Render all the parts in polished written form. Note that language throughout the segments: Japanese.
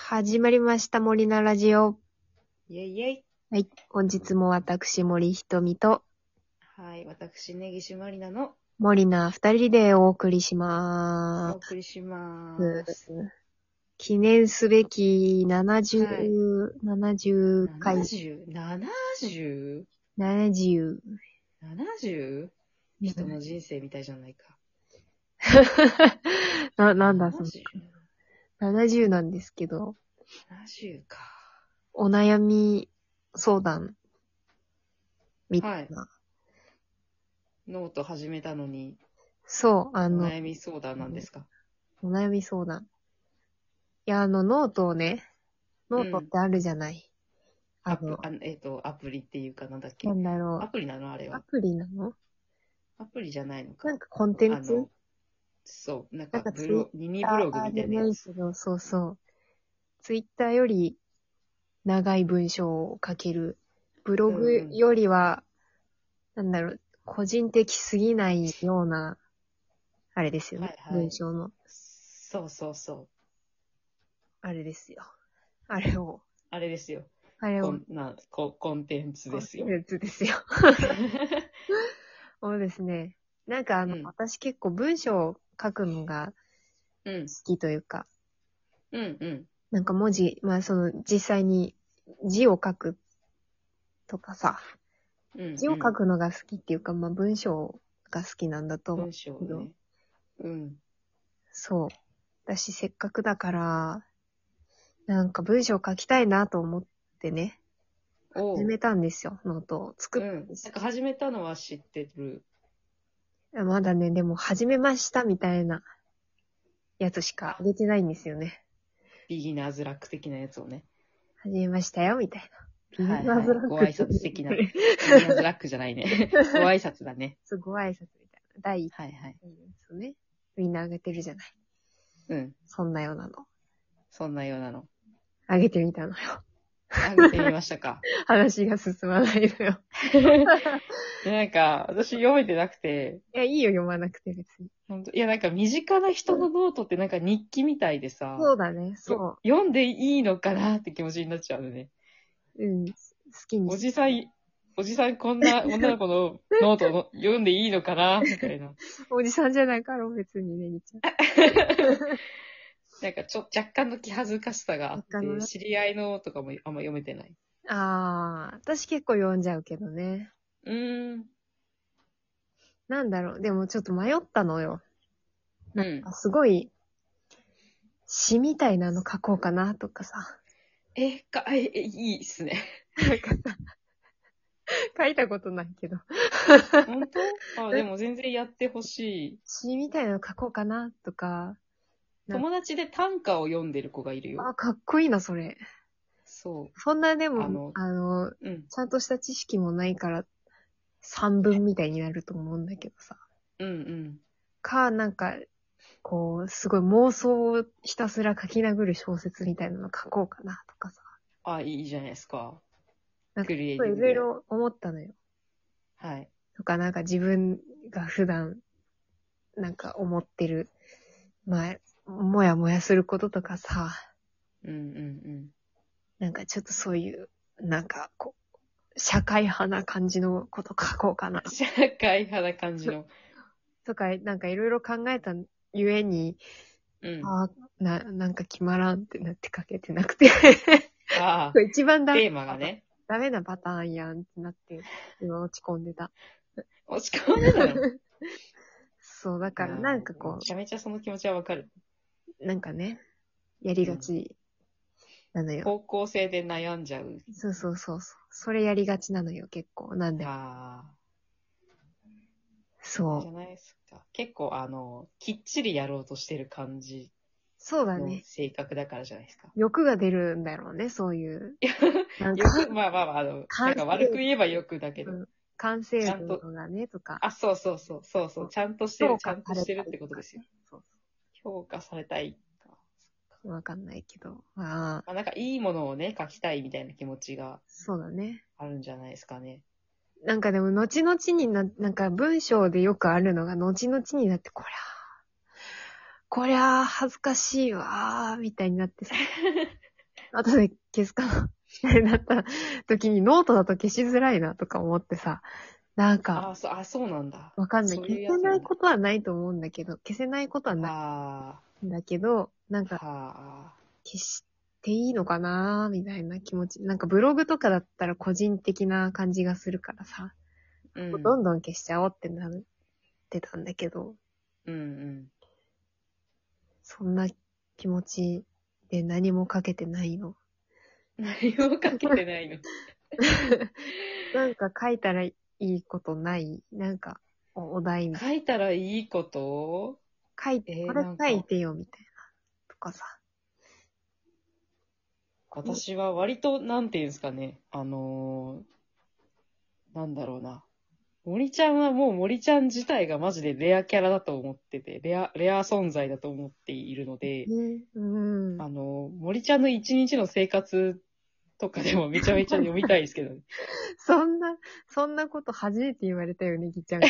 始まりました、森菜ラジオ。 イェイイェイ。 はい。本日も私、森ひとみと、 はい、私、根岸まりなの森菜二人でお送りしまお送りしーす。 ます。 記念すべきはい。 70回。 70、70、 70。 70? 人の人生みたいじゃないか。 なんだ、 70、 70なんですけど、 70か。 お悩み相談、みたはい。 いな。 ノート始めたのに、 そう、 お悩み相談なんですか？ お悩み相談。いや、ノートをね、ノートっうん。 てあるじゃない。 アプ、あ、アプリっていうかなんだっなけ？ んだろう。 アプリなのあれは。 アプリなの？ アプリじゃないのか。 なんかコンテンツそう、なんなんかかツイッミニブタログみたーじゃないいなやつ。 けど、そうそう。ツイッターより長い文章を書ける。ブロうんうん。 グよりは、なんだろう、個人的すぎないような、あれですよね。 はいはい。 文章の、 そうそうそう。 あれですよ。あれを、 あれですよ。 あれを、 コンテンツですよ。 やつですよ。そうですね。なんかうん、 私結構文章を書くのがうん、 好きというか、 うん、うん、 なんか文字、まあ実際に字を書くとかさ、 うん、 字を書うん。 くのが好きっていうか、まあ文章が好きなんだと思文うけど、 章ね。うん。 そう。私せっかくだから、なんか文章書きたいなと思ってね、始おう。 めたんですよ、ノートを作っうん。 たんですなんか始めたのは知ってる。 よ。まだね、でも始めましたみたいなやつしかあ、 入れてないんですよね。 ビギナーズラック的なやつをね。 始めましたよ、みたいな。ビギナーズラはいはい。ご挨ックって拶的な。 言う。 ビギナーズラックじゃないね。ご挨拶だね。 そう、ご挨拶みたいな。第一はいはい。 回のやつをね、みんな上げてるじゃない。 うん。 そんなようなの。 そんなようなの。 上げてみたのよ。 あげてみましたか。 話が進まないのよ。 で、なんか、私読めてなくて、 いや、いいよ、読まなくて別に。 いや、なんか身近な人のノートってなんか日記みたいでさ、 そうだね、そ読んでいいのかなって気持ちになっちゃうのね。 う。うん、好きにおし。 じさん、おじさんこんな女の子のノートの読んでいいのかなみたいな。 おじさんじゃないから別にね、にちゃん。 なんか若干の気恥ずかしさがあって、 他のね。 知り合いのとかもあんま読めてない。 ああ、私結構読んじゃうけどね。 うーん。 なんだろう、でもちょっと迷ったのよ。なんうん。 かすごい詩みたいなの書こうかなとかさ。 いいっすね。 なんかさ、書いたことないけど。 本当？あ、でも全然やってほしい。 詩みたいなの書こうかなとか。なんか友達で短歌を読んでる子がいるよ。 あ、かっこいいな、それ。 そそんなでう。 も、 うん。 ちゃんとした知識もないから散文みたいになると思うんだけどさ。 うんうん。 なんか、こう、すごい妄想をひたすら書き殴る小説みたいなの書こうかなとかさ。 あ、いいじゃないですか。 なんか、 クリエイいろいティブで。 ろ思ったのよ。 はい。 とか、なんか自分が普段、なんか思ってる、まあ、もやもやすることとかさ、 うんうんなんかちょっとそういう、なんかこう、社会派な感じのこと書こうかな。 うん。社会派な感じの。 とか、なんかいろいろ考えたゆえに、 うん。 なんか決まらんってなって書けてなくて。 ああ、 一番テーマがね。 ダメなパターンやんってなって、今落ち込んでた。 落ち込んでたの？ そう、だからないやー、 んかこめちゃめちゃその気持ちはわかる。 う、なんかね、やりうん。 がちなのよ。 方向性で悩んじゃう。 そうそうそうそう。それやりがちなのよ、結構。なんでも。 ああ、あれじゃそう。 ないですか。結構きっちりやろうとしてる感じのそうだね。 性格だからじゃないですか。 欲が出るんだろうね、そういう。なんか、 まあまあまあ、なん完成か悪く言えば欲だけど、 度、完成ちゃんと、 度がね、とか、 あ、そうそうそうそうそう、 そうちゃんとしてる、ちゃ評価んとしてるっされたいてことですよ。 とかね。そう評価されたいか。 そう。わかんないけど。ああ、 まあ、なんかいいものをね、書きたいみたいな気持ちがそうだね。 あるんじゃないですかね。 なんかでも、後々になんか文章でよくあるのが、後々になって、こりゃ恥ずかしいわー、みたいになってさ。 後で消すかなってなった時にノートだと消しづらいなとか思ってさ、なんか、 そうなんだ。 わかんない。 そう消せないいうやつなんだ。 ことはないと思うんだけど、消せないことはないはんだけど、なんあ、 か、 はあ、 消していいのかなみたいな気持ち。なんかブログとかだったら個人的な感じがするからさ、 うん。 どんどん消しちゃおうってなってたんだけど、 うんうん。 そんな気持ちで何もかけてないの。 何もかけてないの。 なんか書いたらいいことないなんか、お題みたい書いたらいいことな。これなんか、 書いてよみたいな。とかさ。 私は割と、なんていうんですかね。なんだろうな。森ちゃんはもう森ちゃん自体がマジでレアキャラだと思ってて、レア存在だと思っているので、 ね、うん。 森ちゃんの一日の生活とかでもめちゃめちゃ読みたいですけどね。 そんなこと初めて言われたよね、ぎちゃん。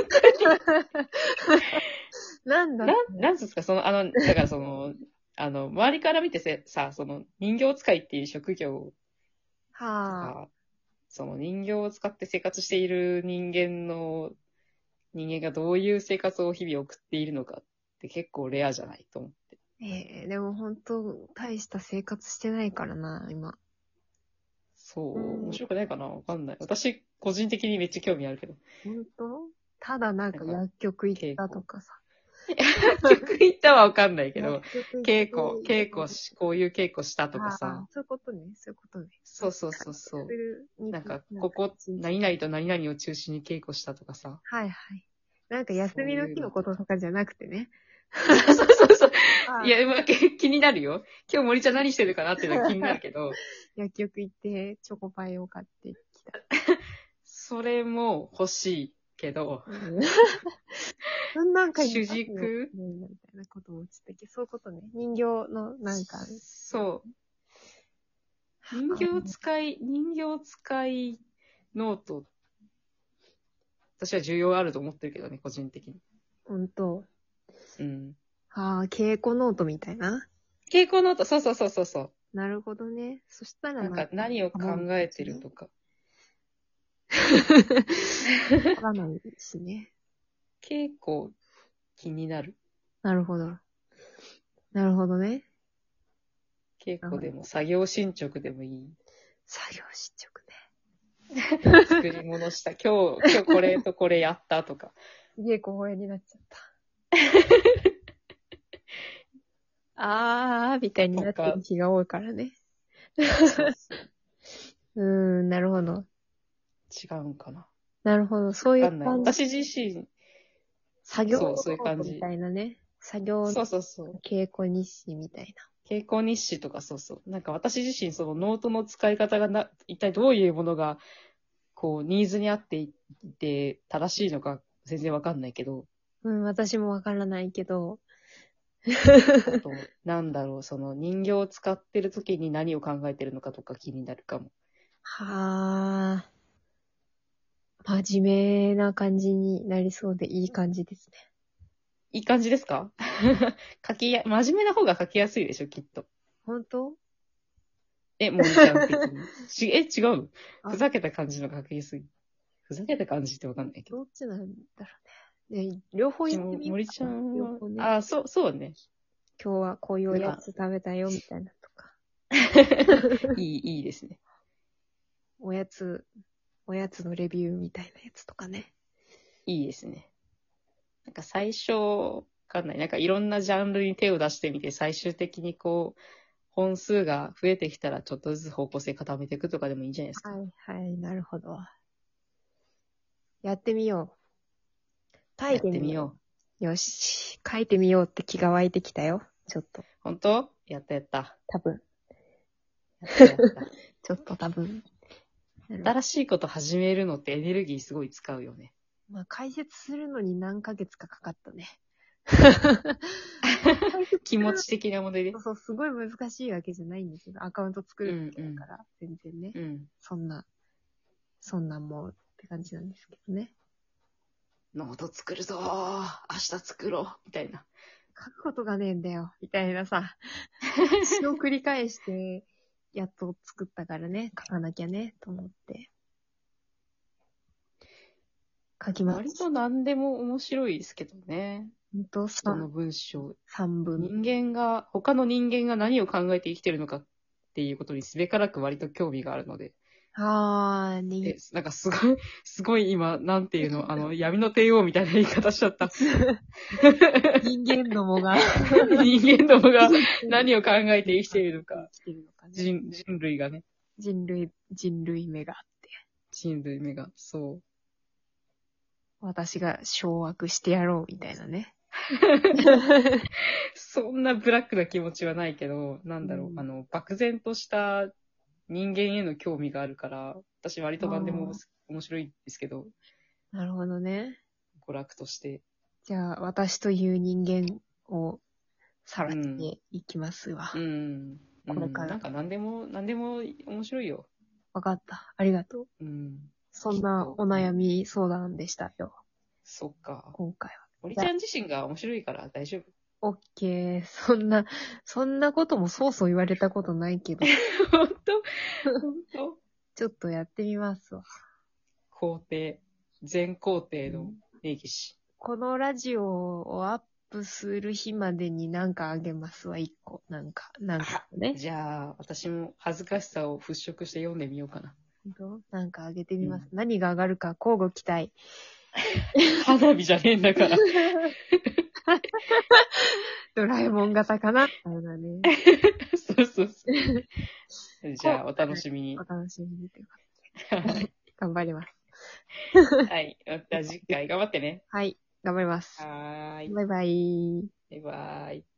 なんだなんつうんですか、だから周りから見てさ、人形使いっていう職業とはあ。 か、その人形を使って生活している人間がどういう生活を日々送っているのかって結構レアじゃないと思って。 でも本当、大した生活してないからな、今。 そう、面白くないかなわかんない。私、個人的にめっちゃ興味あるけど。 本当ただなんかなんか、 薬局行っ稽古。 たとかさ。 曲行ったはわかんないけ薬ど、 局行ってこういう稽古したとかあさ。 あ、そういうことね、そういうことね。 そうそうそうそう。 するになんか、 なんかここ、何々と何々を中心に稽古したとかさ。 はいはい。なんか休みのそういう日のことのとか。 とかじゃなくてね。 そうそうそう。いああ、 や、まあ、気になるよ。今日森ちゃん何してるかなっていうのは気になるけど、 薬局行ってチョコパイを買ってきた。 それも欲しいけど、 うんそんなんかに主ますよ。 軸みたいなことも言ってたけど、そういうことね。人形のなんか、 そう。人形使いノート、私は需要あると思ってるけどね、個人的に。 ほんと。 うん。 ああ、稽古ノートみたいな。 傾向ノート、そうそうそうそうそう。 なるほどね。そしたらなんか何を考えてるとか。 わからないしね。 稽古気になる。 なるほど。なるほどね。 稽古でも作業進捗でもいい。 作業進捗ね。 作り物した。今日これとこれやったとか。 すげえ公園になっちゃった。みたいになってる日が多いからね。 そうそうなるほど。 違うんかな。 なるほど。そういわかんない。 う感じ。 私自身、 作業ノそういう感ートみたじ。 いなね。作業そうそうそう。 稽古日誌みたい傾向日誌とかそうそう。なんか私自身そのノートの使い方が一体どういうものが、こう、ニーズに合っていて正しいのか全然わかんないけど、 な。私もわからないけど。 あと、なんだろう、その人形を使ってる時に何を考えてるのかとか気になるかも。 は真面目な感じになりそうでいい感じですね。 いい感じですか真面目な方が書きやすいでしょ、きっと。 本当森ちゃん的に。違うあふざけた感じの書きやすい。ふざけた感じってわかんないけど。 どっちなんだろうね。両方言ってみよう森かな。 ちゃんは、 両方ね。 そうね。 今日はこういうおやつ食べたよ、みたいなとか。 いいですね。 おやつのレビューみたいなやつとかね。 いいですね。なんか最初、わかんない。なんかいろんなジャンルに手を出してみて、最終的にこう、本数が増えてきたらちょっとずつ方向性固めていくとかでもいいんじゃないですか。 はいはい、なるほど。やってみよう。書やっいてみよてみよう。よし。書いてみようって気が湧いてきたよ。ちょっと。 う。本当やったやった。 多分。 やったやった。 ちょっと多分。 新しいこと始めるのってエネルギーすごい使うよね。 まあ、解説するのに何ヶ月かかかったね。 気持ち的な問題で。 そう、すごい難しいわけじゃないんですけど、アカウント作るだけだから、全然ね。 うん。 そんなんもうって感じなんですけどね。 ノート作るぞー。明日作ろう。みたいな。 書くことがねえんだよ、みたいなさ、詩を繰り返してやっと作ったからね、書かなきゃね、と思って。書きます。 割と何でも面白いですけどね。 ほんと、 人の文章。 3文。 他の人間が何を考えて生きてるのかっていうことにすべからく割と興味があるので。 ね。 なんかすごい今、なんていうの、闇の帝王みたいな言い方しちゃった。 人間どもが人間どもが何を考えて生きているのか。人類がね。 人類目があって。 人類目が、そう。 私が掌握してやろうみたいなね。 そんなブラックな気持ちはないけど、なんだろう、漠然とした人間への興味があるから、私割と何でも面白いんですけど。 なるほどね。 娯楽として。 じゃあ、私という人間をさらしていきますわ。これから。 なんか何でも面白いよ。 わかった。ありがとう。そんなお悩み相談でしたよ。 そっか。 今回は。 森ちゃん自身が面白いから大丈夫。 オッケー。そんなこともそうそう言われたことないけど。 本当ちょっとやってみますわ。 全工程の名義詞。 このラジオをアップする日までになんかあげますわ、一個。なんかね。 じゃあ、私も恥ずかしさを払拭して読んでみようかな。 なんかあげてみます。何が上がるか交互期待。 花火じゃねえんだから。 ドラえもん型かなあれだね。 そう。じゃあ、お楽しみに。 お楽しみにって頑張ります。 はい。また次回頑張ってね。 はい。頑張ります。 はーい。 バイバイ。 バイバイ。